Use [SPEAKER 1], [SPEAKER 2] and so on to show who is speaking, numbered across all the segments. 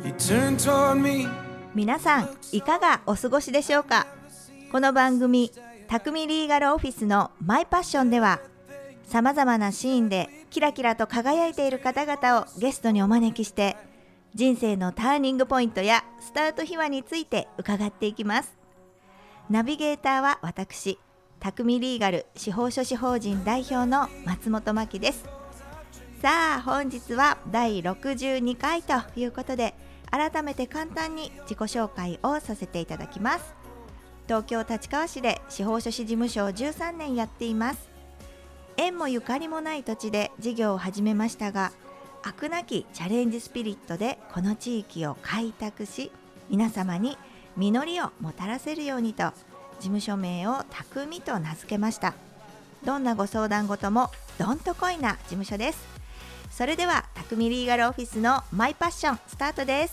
[SPEAKER 1] 皆さんいかがお過ごしでしょうか。この番組匠リーガルオフィスのマイパッションでは、さまざまなシーンでキラキラと輝いている方々をゲストにお招きして、人生のターニングポイントやスタート秘話について伺っていきます。ナビゲーターは私、匠リーガル司法書士法人代表の松本真希です。さあ本日は第62回ということで、改めて簡単に自己紹介をさせていただきます。東京立川市で司法書士事務所を13年やっています。縁もゆかりもない土地で事業を始めましたが、飽くなきチャレンジスピリットでこの地域を開拓し、皆様に実りをもたらせるようにと、事務所名を匠と名付けました。どんなご相談事もどんとこいな事務所です。それでは匠リーガルオフィスのマイパッションスタートです。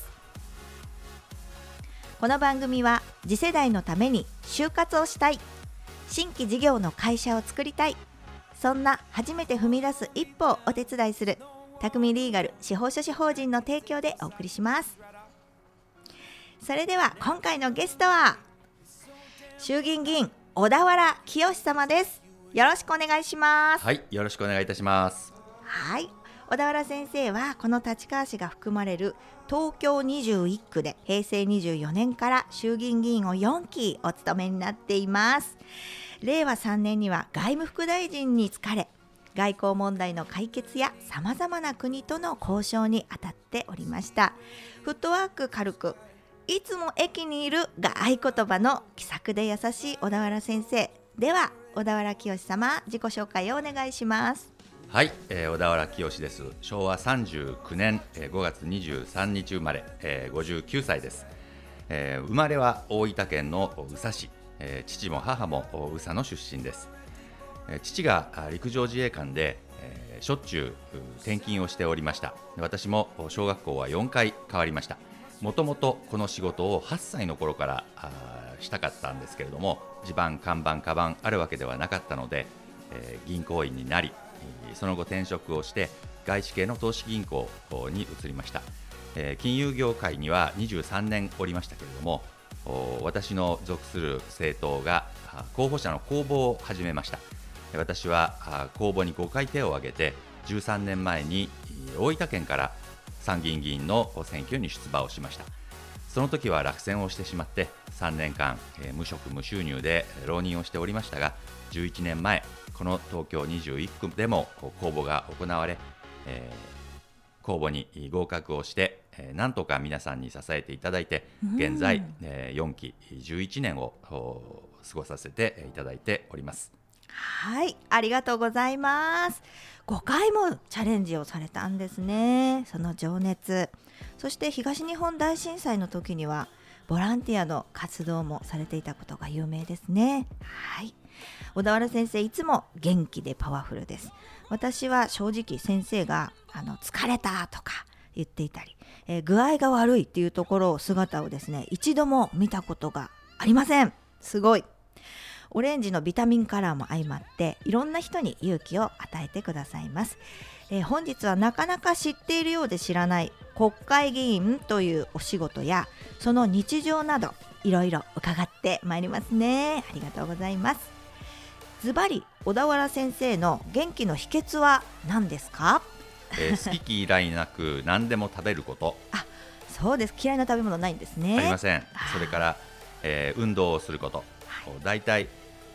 [SPEAKER 1] この番組は次世代のために就活をしたい、新規事業の会社を作りたい、そんな初めて踏み出す一歩をお手伝いする匠リーガル司法書士法人の提供でお送りします。それでは今回のゲストは衆議院議員小田原清様です。よろしくお願いします。
[SPEAKER 2] はい、よろしくお願いいたします。
[SPEAKER 1] はい、小田原先生はこの立川市が含まれる東京21区で平成24年から衆議院議員を4期お務めになっています。令和3年には外務副大臣に就かれ、外交問題の解決やさまざまな国との交渉に当たっておりました。フットワーク軽く、いつも駅にいるが合言葉の気さくで優しい小田原先生では、小田原清様、自己紹介をお願いします。
[SPEAKER 2] はい、小田原清です。昭和39年5月23日生まれ、59歳です。生まれは大分県の宇佐市、父も母も宇佐の出身です。父が陸上自衛官で、しょっちゅう転勤をしておりました。私も小学校は4回変わりました。もともとこの仕事を8歳の頃からしたかったんですけれども、地盤、看板、カバンあるわけではなかったので、銀行員になり、その後転職をして外資系の投資銀行に移りました。金融業界には23年おりましたけれども、私の属する政党が候補者の公募を始めました。私は公募に5回手を挙げて、13年前に大分県から参議院議員の選挙に出馬をしました。その時は落選をしてしまって3年間、無職無収入で浪人をしておりましたが、11年前この東京21区でも公募が行われ、公募に合格をして、なんとか皆さんに支えていただいて、現在、4期11年を過ごさせていただいております。
[SPEAKER 1] はい、ありがとうございます。5回もチャレンジをされたんですね。その情熱、そして東日本大震災の時にはボランティアの活動もされていたことが有名ですね。はい、小田原先生、いつも元気でパワフルです。私は正直先生が疲れたとか言っていたり、具合が悪いっていうところを姿をですね、一度も見たことがありません。すごい。オレンジのビタミンカラーも相まって、いろんな人に勇気を与えてくださいます。本日はなかなか知っているようで知らない国会議員というお仕事や、その日常などいろいろ伺ってまいりますね。ありがとうございます。ズバリ小田原先生の元気の秘訣は何ですか？
[SPEAKER 2] 好き嫌いなく何でも食べること。
[SPEAKER 1] あ、そうです。嫌いな食べ物ないんですね。
[SPEAKER 2] ありません。それから、運動をすること。だいたい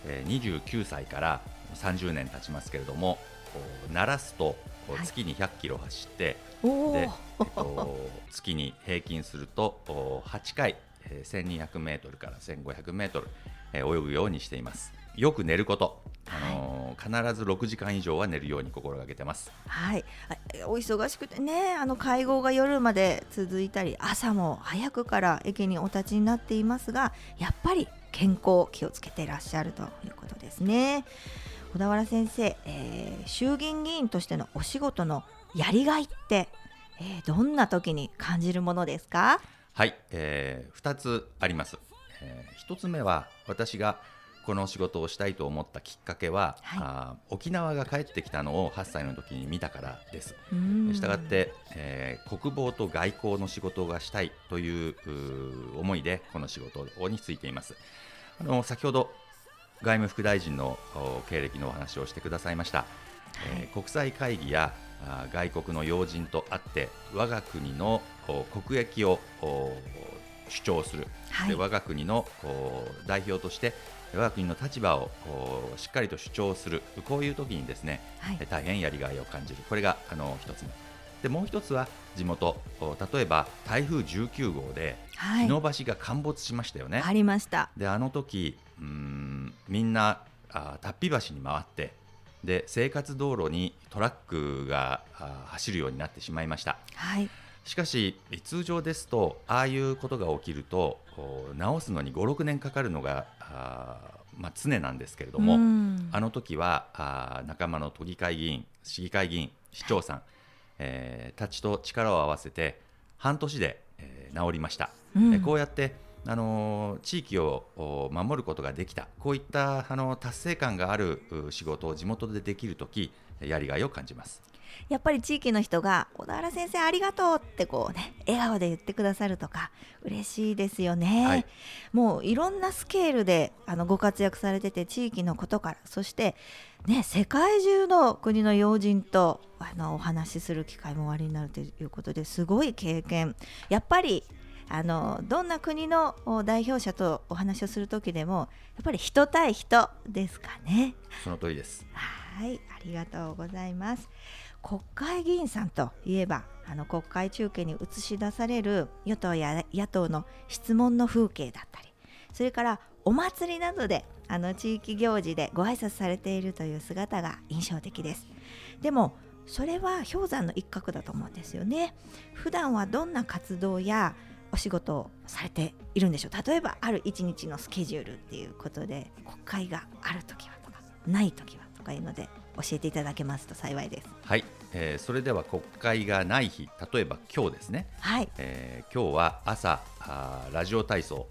[SPEAKER 2] 29歳から30年経ちますけれども、慣らすと月に100キロ走って、で月に平均すると8回、1200メートルから1500メートル、泳ぐようにしています。よく寝ること、必ず6時間以上は寝るように心がけてます。
[SPEAKER 1] はい、お忙しくてね、会合が夜まで続いたり、朝も早くから駅にお立ちになっていますが、やっぱり健康気をつけていらっしゃるということですね。小田原先生、衆議院議員としてのお仕事のやりがいって、どんな時に感じるものですか？
[SPEAKER 2] はい、2つあります。1つ目は私がこの仕事をしたいと思ったきっかけは、沖縄が帰ってきたのを8歳の時に見たからです。したがって、国防と外交の仕事がしたいという思いでこの仕事に就いています。先ほど外務副大臣の経歴のお話をしてくださいました。国際会議や外国の要人と会って我が国の国益を主張する、で我が国の代表として我が国の立場をしっかりと主張する、こういう時にですね、大変やりがいを感じる、これが一つ目で、もう一つは地元、例えば台風19号で日野橋が陥没しましたよね。
[SPEAKER 1] ありました。で
[SPEAKER 2] あの時みんな龍飛橋に回って、で生活道路にトラックが走るようになってしまいました。しかし通常ですとああいうことが起きると直すのに 5,6 年かかるのが常なんですけれども、あの時は仲間の都議会議員、市議会議員、市長さん、たちと力を合わせて半年で、治りました。こうやって地域を守ることができた、こういった達成感がある仕事を地元でできるとき、やりがいを感じます。
[SPEAKER 1] やっぱり地域の人が小田原先生ありがとうって笑顔で言ってくださるとか嬉しいですよね。もういろんなスケールでご活躍されてて、地域のことから、そして世界中の国の要人とお話しする機会もおありになるということで、すごい経験。やっぱりどんな国の代表者とお話をするときでもやっぱり人対人ですかね。
[SPEAKER 2] その通りです。
[SPEAKER 1] ありがとうございます。国会議員さんといえば国会中継に映し出される与党や野党の質問の風景だったり、それからお祭りなどで地域行事でご挨拶されているという姿が印象的です。でもそれは氷山の一角だと思うんですよね。普段はどんな活動やお仕事をされているんでしょう。例えばある一日のスケジュールっていうことで、国会があるときはとかないときはとかいうので教えていただけますと幸いです。
[SPEAKER 2] それでは国会がない日、例えば今日ですね。今日は朝ラジオ体操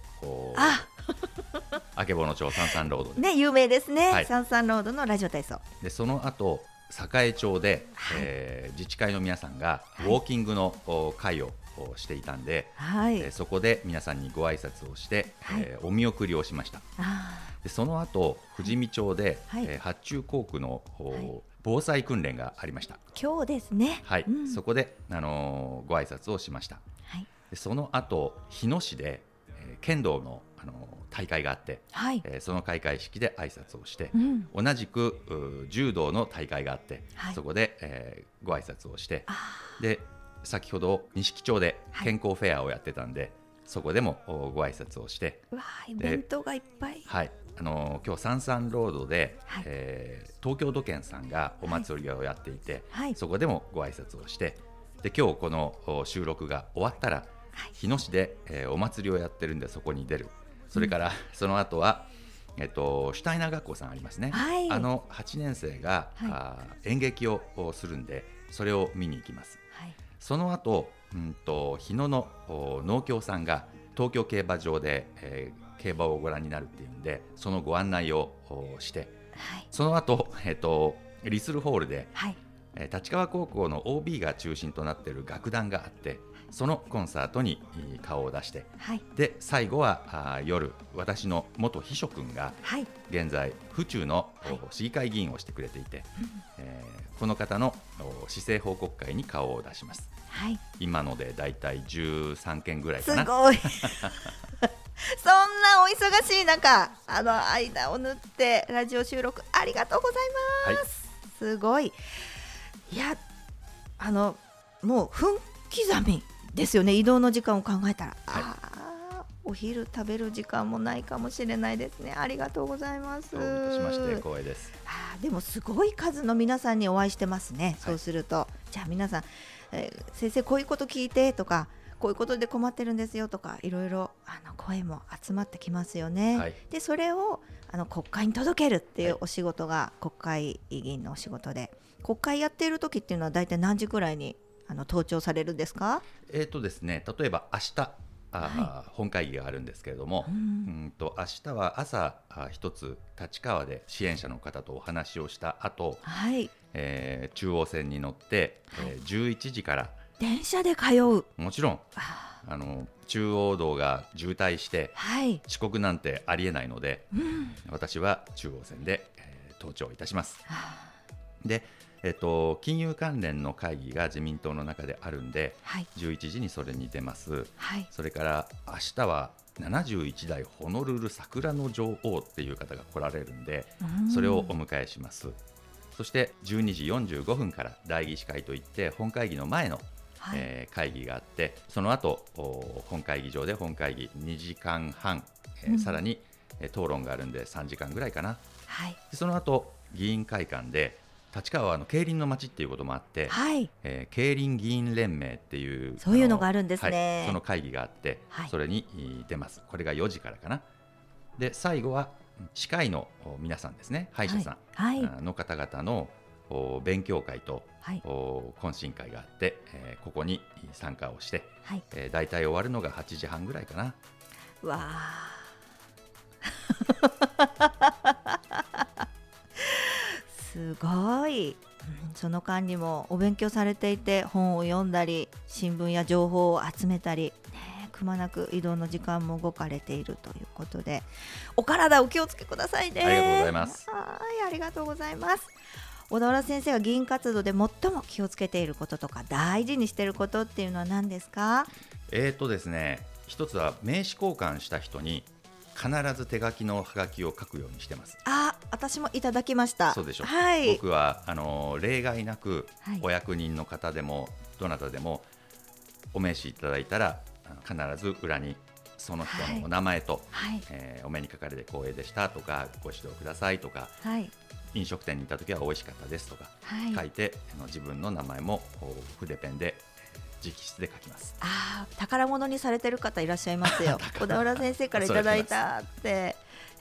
[SPEAKER 2] あけぼの町三々ロードで、
[SPEAKER 1] 有名ですね、三々ロードのラジオ体操
[SPEAKER 2] で、その後栄町で、自治会の皆さんがウォーキングの会をしていたんで、そこで皆さんにご挨拶をして、お見送りをしました。でその後富士見町で、八中校区の、防災訓練がありました。
[SPEAKER 1] 今日ですね。
[SPEAKER 2] そこで、ご挨拶をしました。でその後日野市で、剣道の、大会があって、その開会式で挨拶をして、同じく柔道の大会があって、そこで、ご挨拶をして、で先ほど錦町で健康フェアをやってたんで、そこでもご挨拶をして、
[SPEAKER 1] イベントがいっぱい。
[SPEAKER 2] 今日三々ロードで、東京土建さんがお祭りをやっていて、そこでもご挨拶をして、で今日この収録が終わったら、日野市で、お祭りをやってるんでそこに出る。それから、その後は、シュタイナー学校さんありますね。8年生が、演劇をするんで、それを見に行きます。その後、日野の農協さんが東京競馬場で、競馬をご覧になるっていうんで、そのご案内をして、その後、リスルホールで、立川高校の OB が中心となっている楽団があって、そのコンサートに顔を出して、で最後は夜、私の元秘書君が、現在府中の市議会議員をしてくれていて、この方の市政報告会に顔を出します。今のでだいたい13件ぐらいかな。
[SPEAKER 1] すごいそんなお忙しい中、間を縫ってラジオ収録ありがとうございます。すごい。いや、もう分刻みですよね。移動の時間を考えたら、お昼食べる時間もないかもしれないですね。ありがとうございます。
[SPEAKER 2] どういたしまして、光栄です。
[SPEAKER 1] でもすごい数の皆さんにお会いしてますね。そうすると、じゃあ皆さん、先生こういうこと聞いてとか、こういうことで困ってるんですよとか、いろいろ声も集まってきますよね。でそれを国会に届けるっていうお仕事が国会議員のお仕事で、国会やっている時っていうのはだいたい何時ぐらいに登庁されるんですか？
[SPEAKER 2] ですね、例えば明日本会議があるんですけれども、明日は朝一つ立川で支援者の方とお話をした後、中央線に乗って、11時から
[SPEAKER 1] 電車で通う。
[SPEAKER 2] もちろん中央道が渋滞して、遅刻なんてありえないので、私は中央線で、登庁いたします。で、金融関連の会議が自民党の中であるんで、11時にそれに出ます。それから明日は71代ホノルル桜の女王っていう方が来られるんで、それをお迎えします。そして12時45分から代議士会といって本会議の前の会議があって、その後本会議場で本会議2時間半、さらに討論があるんで3時間ぐらいかな。その後議員会館で立川は競輪の街っていうこともあって、競輪議員連盟っていう
[SPEAKER 1] そういうのがあるんですね。
[SPEAKER 2] その会議があって、それに出ます。これが4時からかな。で最後は歯科医の皆さんですね、歯医者さんの方々の勉強会と懇親会があって、ここに参加をして、だいたい終わるのが8時半ぐらいかな。
[SPEAKER 1] わあすごい、その間にもお勉強されていて、本を読んだり新聞や情報を集めたり、くまなく移動の時間も動かれているということで、お体お気をつけくださいね。
[SPEAKER 2] ありがとうございます。
[SPEAKER 1] ありがとうございます。小田原先生が議員活動で最も気をつけていることとか大事にしていることっていうのは何ですか？
[SPEAKER 2] ですね、一つは名刺交換した人に必ず手書きのハガキを書くようにしてます。
[SPEAKER 1] 私もいただきました。
[SPEAKER 2] そうでしょう、僕は例外なく、お役人の方でもどなたでもお名刺いただいたら必ず裏にその人のお名前と、お目にかかれて光栄でしたとか、ご指導くださいとか、飲食店に行った時は美味しかったですとか、書いて自分の名前も筆ペンで直筆で書きます。
[SPEAKER 1] 宝物にされてる方いらっしゃいますよ。小田原先生からいただいたって。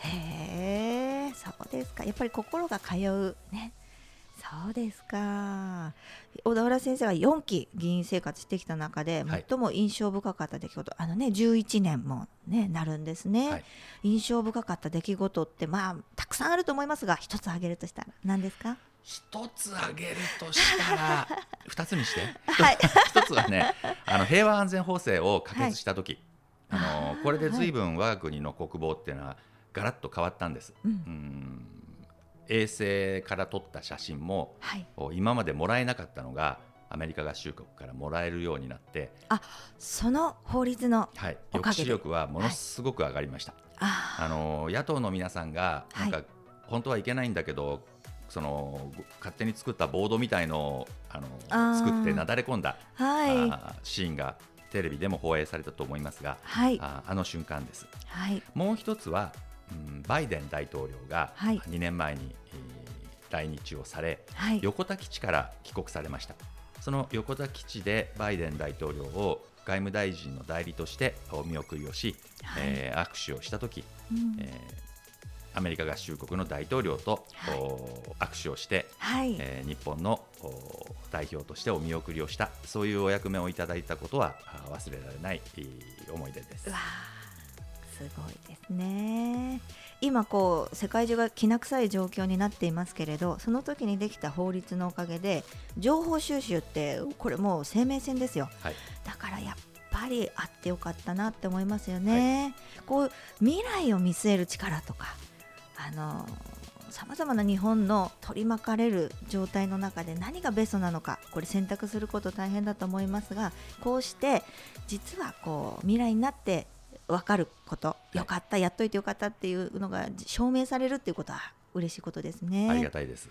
[SPEAKER 1] そうですか。やっぱり心が通うね。そうですか。小田原先生が4期議員生活してきた中で最も印象深かった出来事、11年もなるんですね。印象深かった出来事ってたくさんあると思いますが、一つ挙げるとしたら何ですか？
[SPEAKER 2] 一つ挙げるとしたら2つにして、一つはね、平和安全法制を可決した時、これで随分我が国の国防っていうのはガラッと変わったんです。衛星から撮った写真も、今までもらえなかったのがアメリカ合衆国からもらえるようになって、
[SPEAKER 1] その法律のおかげで、
[SPEAKER 2] 抑止力はものすごく上がりました。野党の皆さんがなんか、本当はいけないんだけど勝手に作ったボードみたいのを作ってなだれ込んだ、シーンがテレビでも放映されたと思いますが、あの瞬間です。もう一つは、バイデン大統領が2年前に、来日をされ、横田基地から帰国されました。その横田基地でバイデン大統領を外務大臣の代理としてお見送りをし、握手をしたとき、アメリカ合衆国の大統領と、握手をして、日本の代表としてお見送りをした、そういうお役目をいただいたことは忘れられない思い出です。
[SPEAKER 1] すごいですね。今世界中がきな臭い状況になっていますけれど、その時にできた法律のおかげで情報収集ってこれもう生命線ですよ。だからやっぱりあってよかったなって思いますよね。未来を見据える力とか、さまざまな日本の取り巻かれる状態の中で何がベストなのか、これ選択すること大変だと思いますが、こうして実は未来になって分かること、よかった、やっといてよかったっていうのが証明されるっていうことは嬉しいことですね。
[SPEAKER 2] ありがたいです。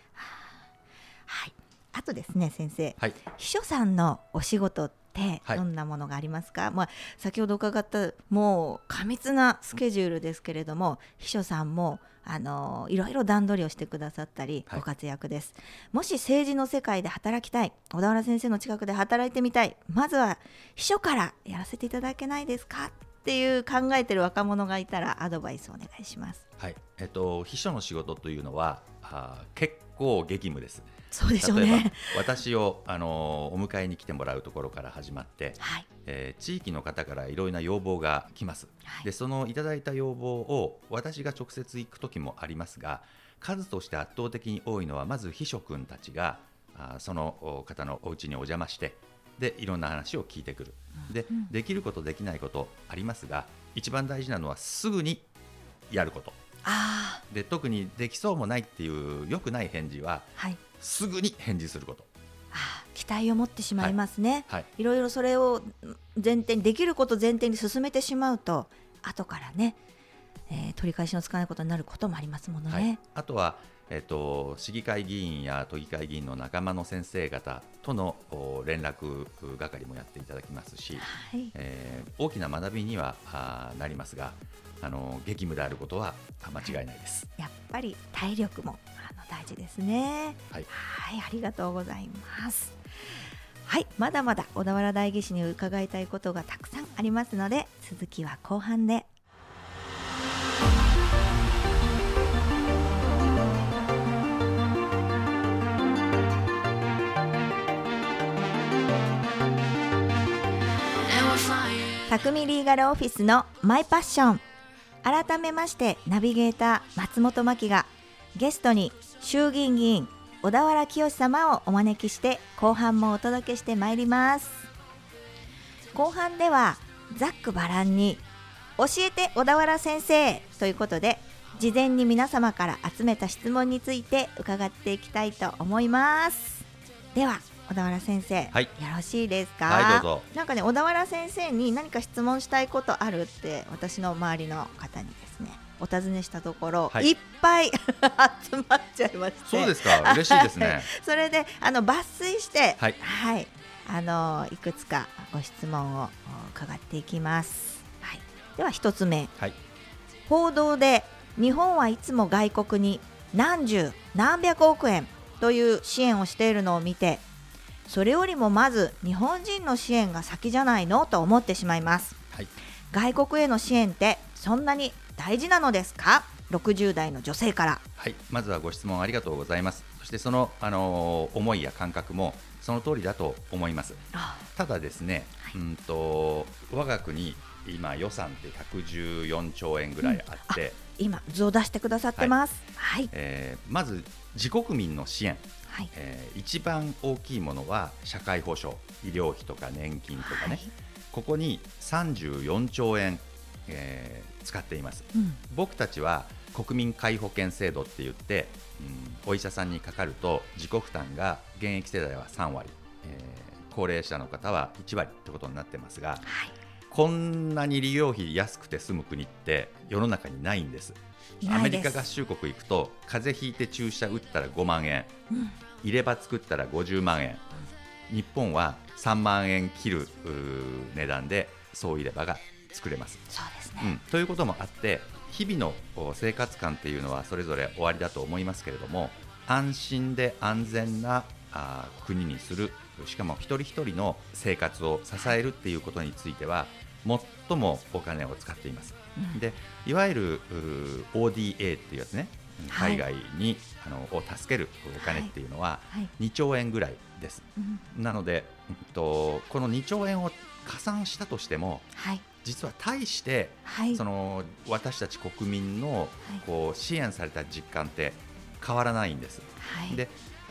[SPEAKER 1] あとですね、先生、秘書さんのお仕事ってどんなものがありますか？先ほど伺ったもう過密なスケジュールですけれども、秘書さんもいろいろ段取りをしてくださったりご活躍です。もし政治の世界で働きたい、小田原先生の近くで働いてみたい、まずは秘書からやらせていただけないですかっていう考えてる若者がいたらアドバイスをお願いします。
[SPEAKER 2] 秘書の仕事というのは結構激務です。
[SPEAKER 1] そうでしょう
[SPEAKER 2] 例えば
[SPEAKER 1] ね。
[SPEAKER 2] 私をお迎えに来てもらうところから始まって、
[SPEAKER 1] はい、
[SPEAKER 2] 地域の方からいろいろな要望が来ます、
[SPEAKER 1] はい、
[SPEAKER 2] でそのいただいた要望を私が直接行く時もありますが、数として圧倒的に多いのはまず秘書君たちがその方のお家にお邪魔して、でいろんな話を聞いてくる。で、できることできないことありますが、一番大事なのはすぐにやること。で特にできそうもないっていう良くない返事は、はい、すぐに返事すること。
[SPEAKER 1] 期待を持ってしまいますね、
[SPEAKER 2] はいはい、
[SPEAKER 1] いろいろそれを前提にできること前提に進めてしまうと後からね、取り返しのつかないことになることもありますものね、はい、
[SPEAKER 2] あとは、市議会議員や都議会議員の仲間の先生方との連絡係もやっていただきますし、はい、大きな学びにはなりますが、激務であることは間違いないです。
[SPEAKER 1] やっぱり体力も大事ですね。はい、はい、ありがとうございます。はい、まだまだ小田原代議士に伺いたいことがたくさんありますので、続きは後半で。匠リーガルオフィスのマイパッション。改めましてナビゲーター松本真希がゲストに衆議院議員小田原清様をお招きして後半もお届けしてまいります。後半ではざっくばらんに教えて小田原先生ということで、事前に皆様から集めた質問について伺っていきたいと思います。では小田原先生、はい、よろしいですか？
[SPEAKER 2] はい、どうぞ。
[SPEAKER 1] なんかね、小田原先生に何か質問したいことあるって私の周りの方にですねお尋ねしたところ、はい、いっぱい集まっちゃいまして。
[SPEAKER 2] そうですか、嬉しいですね
[SPEAKER 1] それで抜粋して、
[SPEAKER 2] はい
[SPEAKER 1] はい、いくつかご質問を伺っていきます、はい、では一つ目、はい、報道で日本はいつも外国に何十何百億円という支援をしているのを見て、それよりもまず日本人の支援が先じゃないのと思ってしまいます、はい、外国への支援ってそんなに大事なのですか？60代の女性から。
[SPEAKER 2] はい、まずはご質問ありがとうございます。そしてその、思いや感覚もその通りだと思います。ただですね、はい、我が国今予算って114兆円ぐらいあって、
[SPEAKER 1] 今図を出してくださってます、はいはい、
[SPEAKER 2] まず自国民の支援、はい、一番大きいものは社会保障、医療費とか年金とかね、はい、ここに34兆円、使っています、僕たちは国民皆保険制度って言って、お医者さんにかかると自己負担が現役世代は3割、高齢者の方は1割ってことになってますが、はい、こんなに医療費安くて済む国って世の中にないんです。アメリカ合衆国行くと風邪ひいて注射打ったら5万円、入れ歯作ったら50万円、日本は3万円切る値段で総入れ歯が作れます。
[SPEAKER 1] そうですね、
[SPEAKER 2] ということもあって、日々の生活感っていうのはそれぞれ終わりだと思いますけれども、安心で安全な国にする、しかも一人一人の生活を支えるっていうことについては最もお金を使っています、でいわゆるODA っていうやつね、海外に、を助けるお金っていうのは2兆円ぐらいです、なので、この2兆円を加算したとしても、実は大して、その私たち国民のこう支援された実感って変わらないんです、で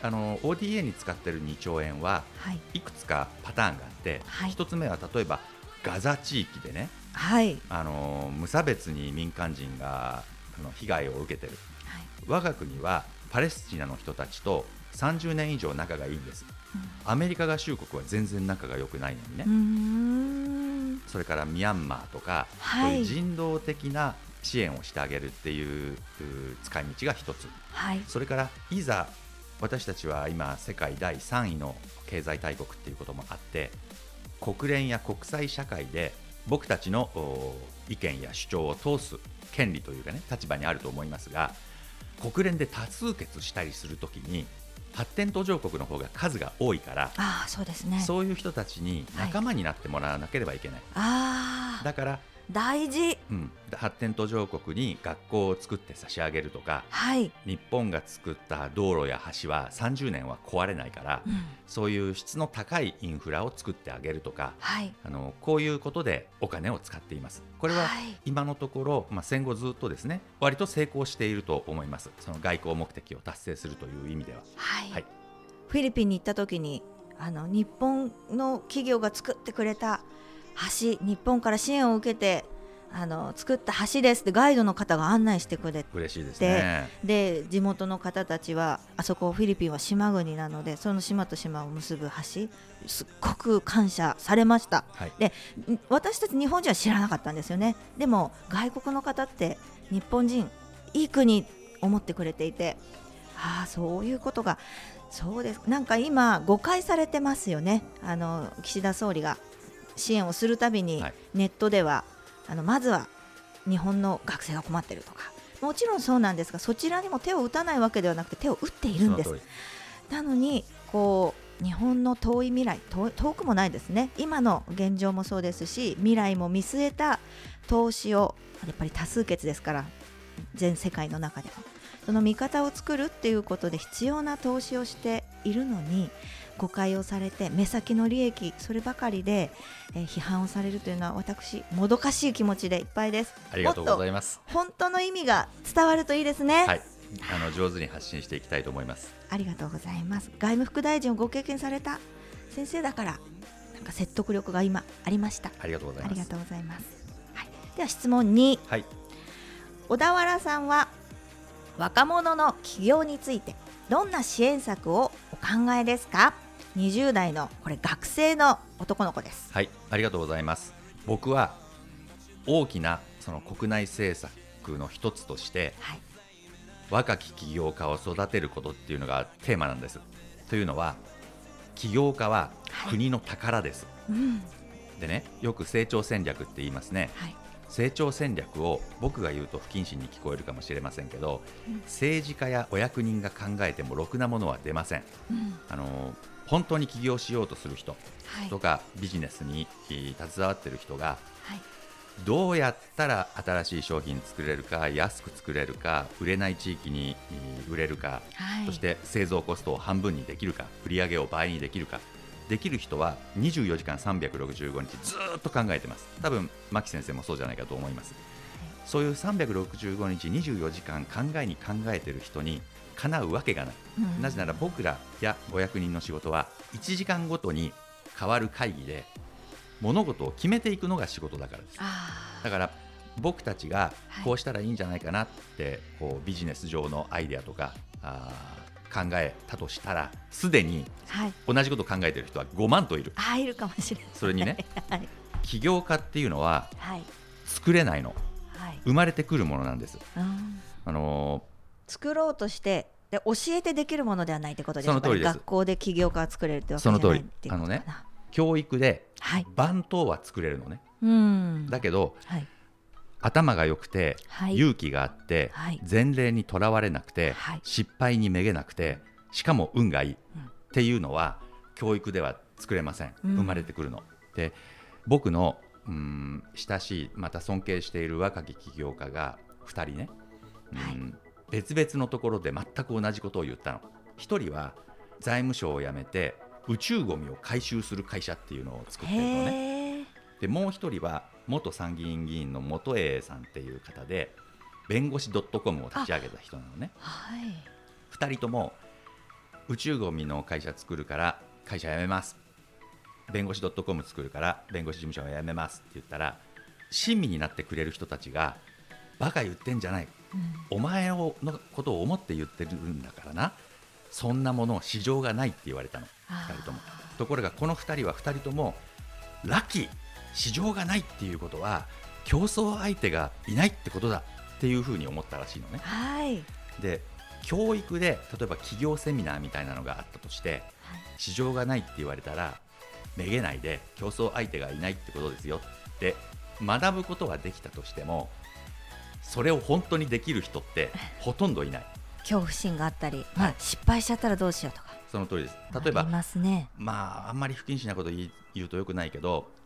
[SPEAKER 2] ODA に使っている2兆円はいくつかパターンがあって、1つ目は例えばガザ地域でね、無差別に民間人が被害を受けている、我が国はパレスチナの人たちと30年以上仲がいいんです、アメリカ合衆国は全然仲が良くないのにね。それからミャンマーとか、そういう人道的な支援をしてあげるっていう使い道が一つ、それからいざ私たちは今世界第3位の経済大国っていうこともあって、国連や国際社会で僕たちの意見や主張を通す権利というかね、立場にあると思いますが、国連で多数決したりするときに発展途上国の方が数が多いから、そうですね、そういう人たちに仲間になってもらわなければいけない、だから
[SPEAKER 1] 大事。
[SPEAKER 2] 発展途上国に学校を作って差し上げるとか、
[SPEAKER 1] はい、
[SPEAKER 2] 日本が作った道路や橋は30年は壊れないから、そういう質の高いインフラを作ってあげるとか、
[SPEAKER 1] はい、
[SPEAKER 2] こういうことでお金を使っています。これは今のところ、戦後ずっとですね、割と成功していると思います。その外交目的を達成するという意味では、
[SPEAKER 1] はい
[SPEAKER 2] はい、
[SPEAKER 1] フィリピンに行った時に日本の企業が作ってくれた橋、日本から支援を受けて作った橋ですってガイドの方が案内してくれて、
[SPEAKER 2] 嬉しいですね。
[SPEAKER 1] で地元の方たちはあそこフィリピンは島国なので、その島と島を結ぶ橋すっごく感謝されました、はい、で私たち日本人は知らなかったんですよね。でも外国の方って日本人いい国思ってくれていて、そういうことが、そうです。なんか今誤解されてますよね。岸田総理が支援をするたびにネットでは、まずは日本の学生が困っているとか、もちろんそうなんですが、そちらにも手を打たないわけではなくて手を打っているんです。なのに日本の遠い未来、遠くもないですね。今の現状もそうですし、未来も見据えた投資を、やっぱり多数決ですから、全世界の中でもその味方を作るっていうことで必要な投資をしているのに、誤解をされて目先の利益そればかりで、批判をされるというのは、私もどかしい気持ちでいっぱいです。
[SPEAKER 2] ありがとうございます。
[SPEAKER 1] 本当の意味が伝わるといいですね。
[SPEAKER 2] はい、上手に発信していきたいと思います。
[SPEAKER 1] ありがとうございます。外務副大臣をご経験された先生だから、なんか説得力が今ありました。
[SPEAKER 2] ありがとうございます。
[SPEAKER 1] ありがとうございます。はい、では質問2、はい、小田原さんは若者の起業についてどんな支援策をお考えですか？20代のこれ学生の男の子です。
[SPEAKER 2] はい、ありがとうございます。僕は大きなその国内政策の一つとして、はい、若き起業家を育てることっていうのがテーマなんです。というのは、起業家は国の宝です、はい、でね、よく成長戦略って言いますね、はい、成長戦略を僕が言うと不謹慎に聞こえるかもしれませんけど、政治家やお役人が考えてもろくなものは出ません、本当に起業しようとする人とか、ビジネスに携わっている人が、どうやったら新しい商品作れるか、安く作れるか、売れない地域に売れるか、そして製造コストを半分にできるか、売り上げを倍にできるか、できる人は24時間365日ずっと考えてます。多分牧先生もそうじゃないかと思います。そういう365日24時間考えている人にかなうわけがない、なぜなら僕らやお役人の仕事は1時間ごとに変わる会議で物事を決めていくのが仕事だからです。だから僕たちがこうしたらいいんじゃないかなって、こうビジネス上のアイデアとか考えたとしたら、すでに同じことを考えている人は5万といる。
[SPEAKER 1] いるかもしれない。
[SPEAKER 2] それにね、起業家っていうのは作れないの、生まれてくるものなんです。作
[SPEAKER 1] ろうとしてで教えてできるものではないってことですか？
[SPEAKER 2] その通りです。
[SPEAKER 1] 学校で起業家を作れるってわけじゃないっていうことかな。
[SPEAKER 2] 教育で番頭は作れるのね、だけど、頭が良くて、勇気があって、前例にとらわれなくて、失敗にめげなくて、しかも運がいい、っていうのは教育では作れません、生まれてくるので、僕の親しい、また尊敬している若き起業家が2人ね、別々のところで全く同じことを言ったの。1人は財務省を辞めて宇宙ゴミを回収する会社っていうのを作ってるのね。でもう1人は元参議院議員の元栄さんっていう方で、弁護士 .com を立ち上げた人なのね。2人とも宇宙ゴミの会社作るから会社辞めます、弁護士 .com 作るから弁護士事務所を辞めますって言ったら、親身になってくれる人たちがバカ言ってんじゃない、お前のことを思って言ってるんだからな、そんなもの市場がないって言われたの、2人とも。ところがこの2人は2人ともラッキー、市場がないっていうことは競争相手がいないってことだっていうふうに思ったらしいのね。で、教育で例えば企業セミナーみたいなのがあったとして、市場がないって言われたらめげないで、競争相手がいないってことですよって学ぶことはできたとしても、それを本当にできる人ってほとんどいない。
[SPEAKER 1] 恐怖心があったり、失敗しちゃったらどうしようとか。
[SPEAKER 2] その通りです。例えば
[SPEAKER 1] ありますね。
[SPEAKER 2] あんまり不謹慎なこと言うとよくないけど、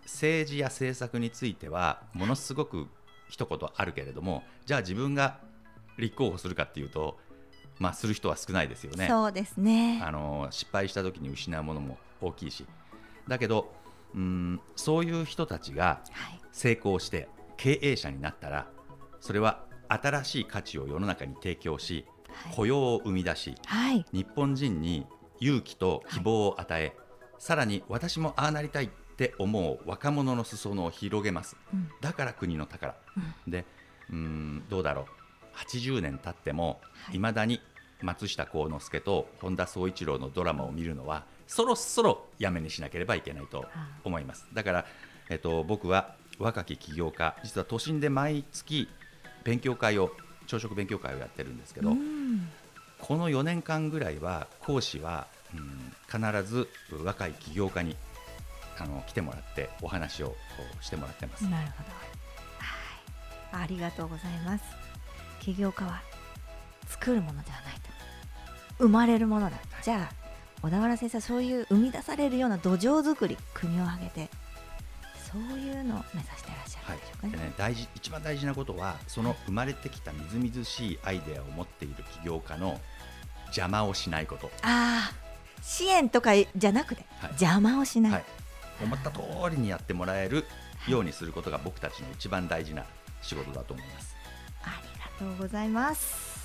[SPEAKER 2] 政治や政策についてはものすごく一言あるけれども、じゃあ自分が立候補するかっていうと、する人は少ないですよね。
[SPEAKER 1] そうですね。
[SPEAKER 2] 失敗した時に失うものも大きいし、だけどそういう人たちが成功して経営者になったら、それは新しい価値を世の中に提供し、雇用を生み出し、日本人に勇気と希望を与え、さらに私もああなりたいって思う若者の裾野を広げます、だから国の宝、でどうだろう、80年経ってもいまだに松下幸之助と本田宗一郎のドラマを見るのはそろそろやめにしなければいけないと思います。だから、僕は若き起業家、実は都心で毎月朝食勉強会をやってるんですけど、この4年間ぐらいは講師は必ず若い起業家に来てもらってお話をしてもらってます。
[SPEAKER 1] なるほど、ありがとうございます。起業家は作るものではないと、生まれるものだ。じゃあ小田原先生はそういう生み出されるような土壌作り、国を挙げてそういうのを目指していらっしゃるんでしょうかね。
[SPEAKER 2] でね、一番大事なことは、その生まれてきたみずみずしいアイデアを持っている起業家の邪魔をしないこと。
[SPEAKER 1] 支援とかじゃなくて、邪魔をしない、
[SPEAKER 2] 思った通りにやってもらえるようにすることが僕たちの一番大事な仕事だと思います。
[SPEAKER 1] ありがとうございます。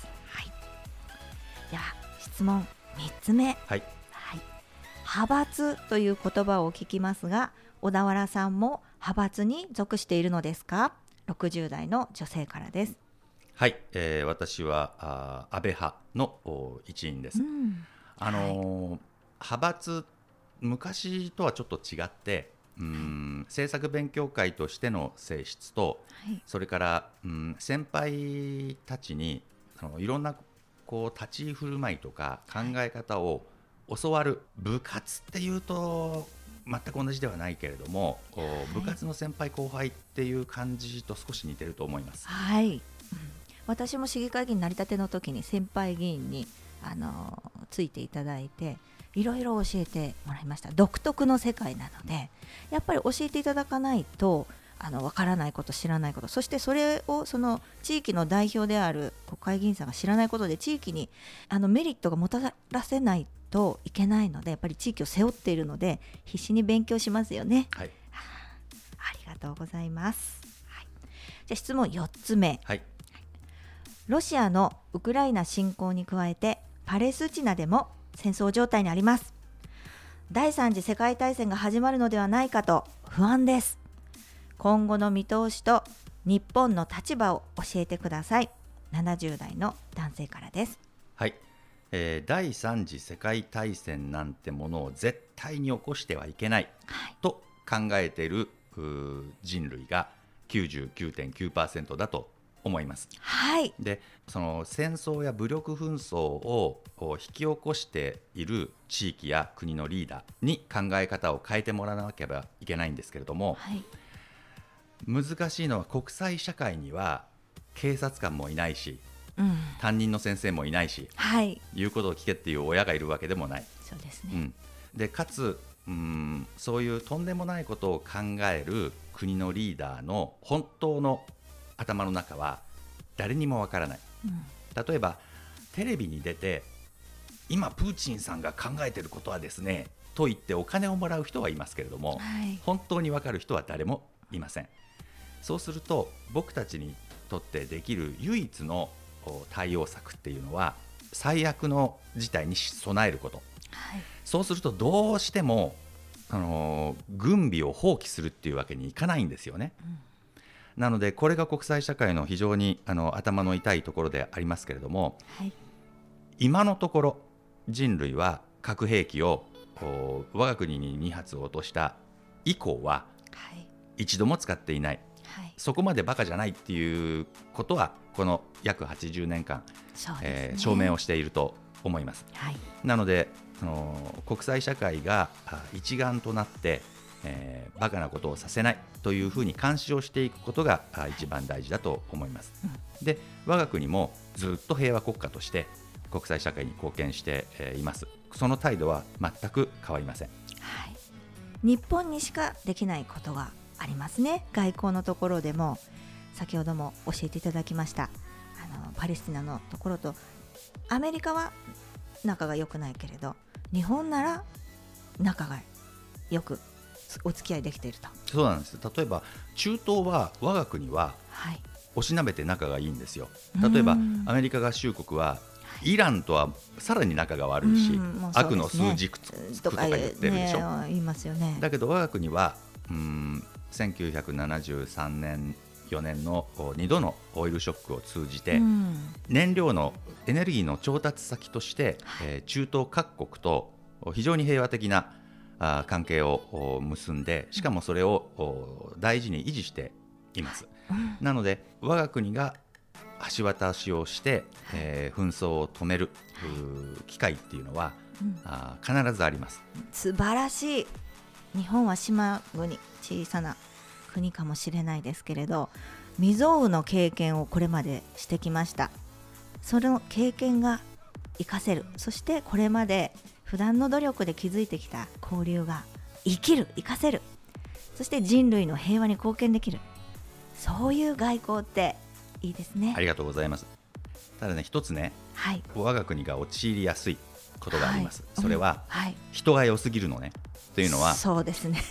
[SPEAKER 1] では質問3つ目、派閥という言葉を聞きますが、小田原さんも派閥に属しているのですか？60代の女性からです。
[SPEAKER 2] 私は安倍派の一員です。派閥、昔とはちょっと違って、政策勉強会としての性質と、それから、先輩たちにいろんな立ち居振る舞いとか考え方を教わる部活っていうと全く同じではないけれども、部活の先輩後輩っていう感じと少し似てると思います。
[SPEAKER 1] 私も市議会議員になりたての時に先輩議員についていただいて、いろいろ教えてもらいました。独特の世界なので、やっぱり教えていただかないとわからないこと、知らないこと、そしてそれをその地域の代表である国会議員さんが知らないことで地域にメリットがもたらせないといけないので、やっぱり地域を背負っているので必死に勉強しますよね。ありがとうございます。じゃあ質問4つ目、ロシアのウクライナ侵攻に加えてパレスチナでも戦争状態にあります。第3次世界大戦が始まるのではないかと不安です。今後の見通しと日本の立場を教えてください。70代の男性からです。
[SPEAKER 2] 第3次世界大戦なんてものを絶対に起こしてはいけないと考えている人類が 99.9% だと思います。で、その戦争や武力紛争を引き起こしている地域や国のリーダーに考え方を変えてもらわなければいけないんですけれども、難しいのは国際社会には警察官もいないし、担任の先生もいないし、言うことを聞けっていう親がいるわけでもない。
[SPEAKER 1] そうですね。
[SPEAKER 2] でかつそういうとんでもないことを考える国のリーダーの本当の頭の中は誰にもわからない。例えばテレビに出て、今プーチンさんが考えていることはですねと言ってお金をもらう人はいますけれども、本当にわかる人は誰もいません。そうすると僕たちにとってできる唯一の対応策っていうのは最悪の事態に備えること、そうするとどうしても軍備を放棄するっていうわけにいかないんですよね。なのでこれが国際社会の非常に頭の痛いところでありますけれども、今のところ人類は核兵器を我が国に2発落とした以降は一度も使っていない。そこまでバカじゃないっていうことはこの約80年間、証明をしていると思います。なので国際社会が一丸となって、バカなことをさせないというふうに監視をしていくことが一番大事だと思います。で、我が国もずっと平和国家として国際社会に貢献しています。その態度は全く変わりません。
[SPEAKER 1] 日本にしかできないことがありますね。外交のところでも先ほども教えていただきましたパレスチナのところと、アメリカは仲が良くないけれど日本なら仲がよくお付き合いできていると。
[SPEAKER 2] そうなんです。例えば中東は我が国は
[SPEAKER 1] はい
[SPEAKER 2] おしなべて仲がいいんですよ。例えばアメリカ合衆国はイランとはさらに仲が悪いし、悪の数軸とか言ってるでしょ、
[SPEAKER 1] 言いますよね。
[SPEAKER 2] だけど我が国は1973年4年の2度のオイルショックを通じて、燃料のエネルギーの調達先として、中東各国と非常に平和的な関係を結んで、しかもそれを大事に維持しています。なので我が国が橋渡しをして、紛争を止める機会っていうのは、必ずあります。
[SPEAKER 1] 素晴らしい。日本は島国、小さな国かもしれないですけれど、未曾有の経験をこれまでしてきました。その経験が活かせる。そしてこれまで普段の努力で築いてきた交流が生きる、活かせる。そして人類の平和に貢献できる。そういう外交っていいですね。
[SPEAKER 2] ありがとうございます。ただね、一つね、我が国が陥りやすいことがあります。それは、人が良すぎるのね。というのは、
[SPEAKER 1] そうですね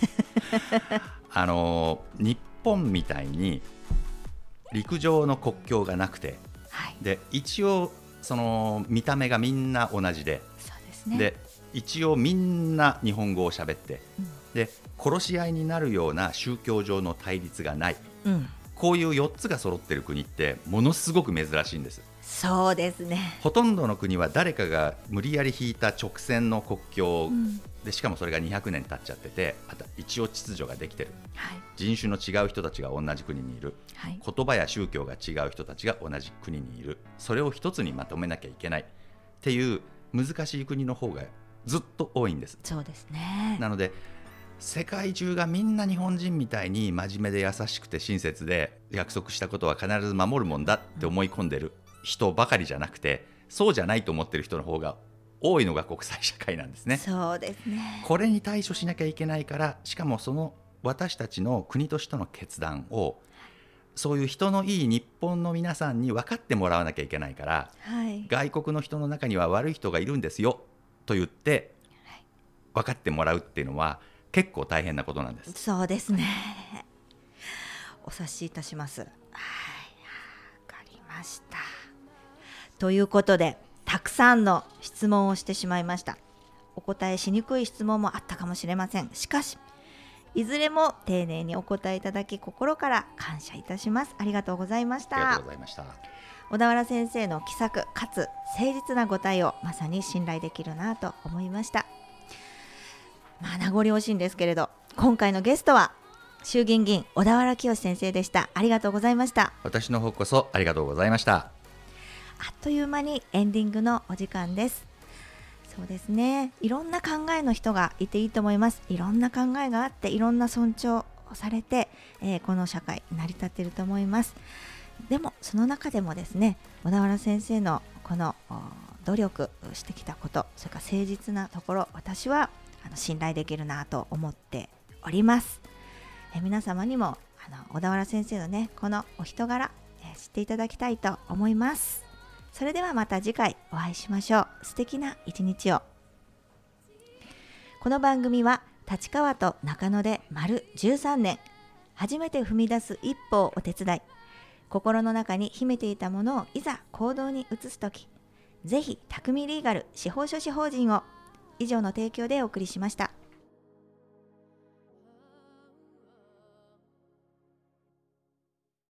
[SPEAKER 2] 日本みたいに陸上の国境がなくて、で一応その見た目がみんな同じで、
[SPEAKER 1] そうですね、
[SPEAKER 2] で一応みんな日本語を喋って、で殺し合いになるような宗教上の対立がない、こういう4つが揃っている国ってものすごく珍しいんです。
[SPEAKER 1] そうですね。
[SPEAKER 2] ほとんどの国は誰かが無理やり引いた直線の国境で、しかもそれが200年経っちゃってて、一応秩序ができてる、人種の違う人たちが同じ国にいる、言葉や宗教が違う人たちが同じ国にいる、それを一つにまとめなきゃいけないっていう難しい国の方がずっと多いんです。
[SPEAKER 1] そうですね。
[SPEAKER 2] なので世界中がみんな日本人みたいに真面目で優しくて親切で、約束したことは必ず守るもんだって思い込んでる人ばかりじゃなくて、そうじゃないと思ってる人の方が多いのが国際社会なんですね。
[SPEAKER 1] そうですね。
[SPEAKER 2] これに対処しなきゃいけないから、しかもその私たちの国としての決断を、そういう人のいい日本の皆さんに分かってもらわなきゃいけないから、外国の人の中には悪い人がいるんですよと言って分かってもらうっていうのは結構大変なことなんです。
[SPEAKER 1] そうですね。お察しいたします。わかりました。ということで、たくさんの質問をしてしまいました。お答えしにくい質問もあったかもしれません。しかしいずれも丁寧にお答えいただき、心から感謝いたします。ありがとうございました。
[SPEAKER 2] ありがとうございました。
[SPEAKER 1] 小田原先生の気さくかつ誠実なご対応、まさに信頼できるなと思いました。名残惜しいんですけれど、今回のゲストは衆議院議員小田原清先生でした。ありがとうございました。
[SPEAKER 2] 私の方こそありがとうございました。
[SPEAKER 1] あっという間にエンディングのお時間です。そうですね、いろんな考えの人がいていいと思います。いろんな考えがあって、いろんな尊重をされて、この社会成り立っていると思います。でもその中でもですね、小田原先生のこの努力してきたこと、それから誠実なところ、私は信頼できるなと思っております。皆様にも小田原先生のね、このお人柄、知っていただきたいと思います。それではまた次回お会いしましょう。素敵な一日を。この番組は立川と中野で丸13年、初めて踏み出す一歩をお手伝い、心の中に秘めていたものをいざ行動に移すとき、ぜひ匠リーガル司法書士法人を、以上の提供でお送りしました。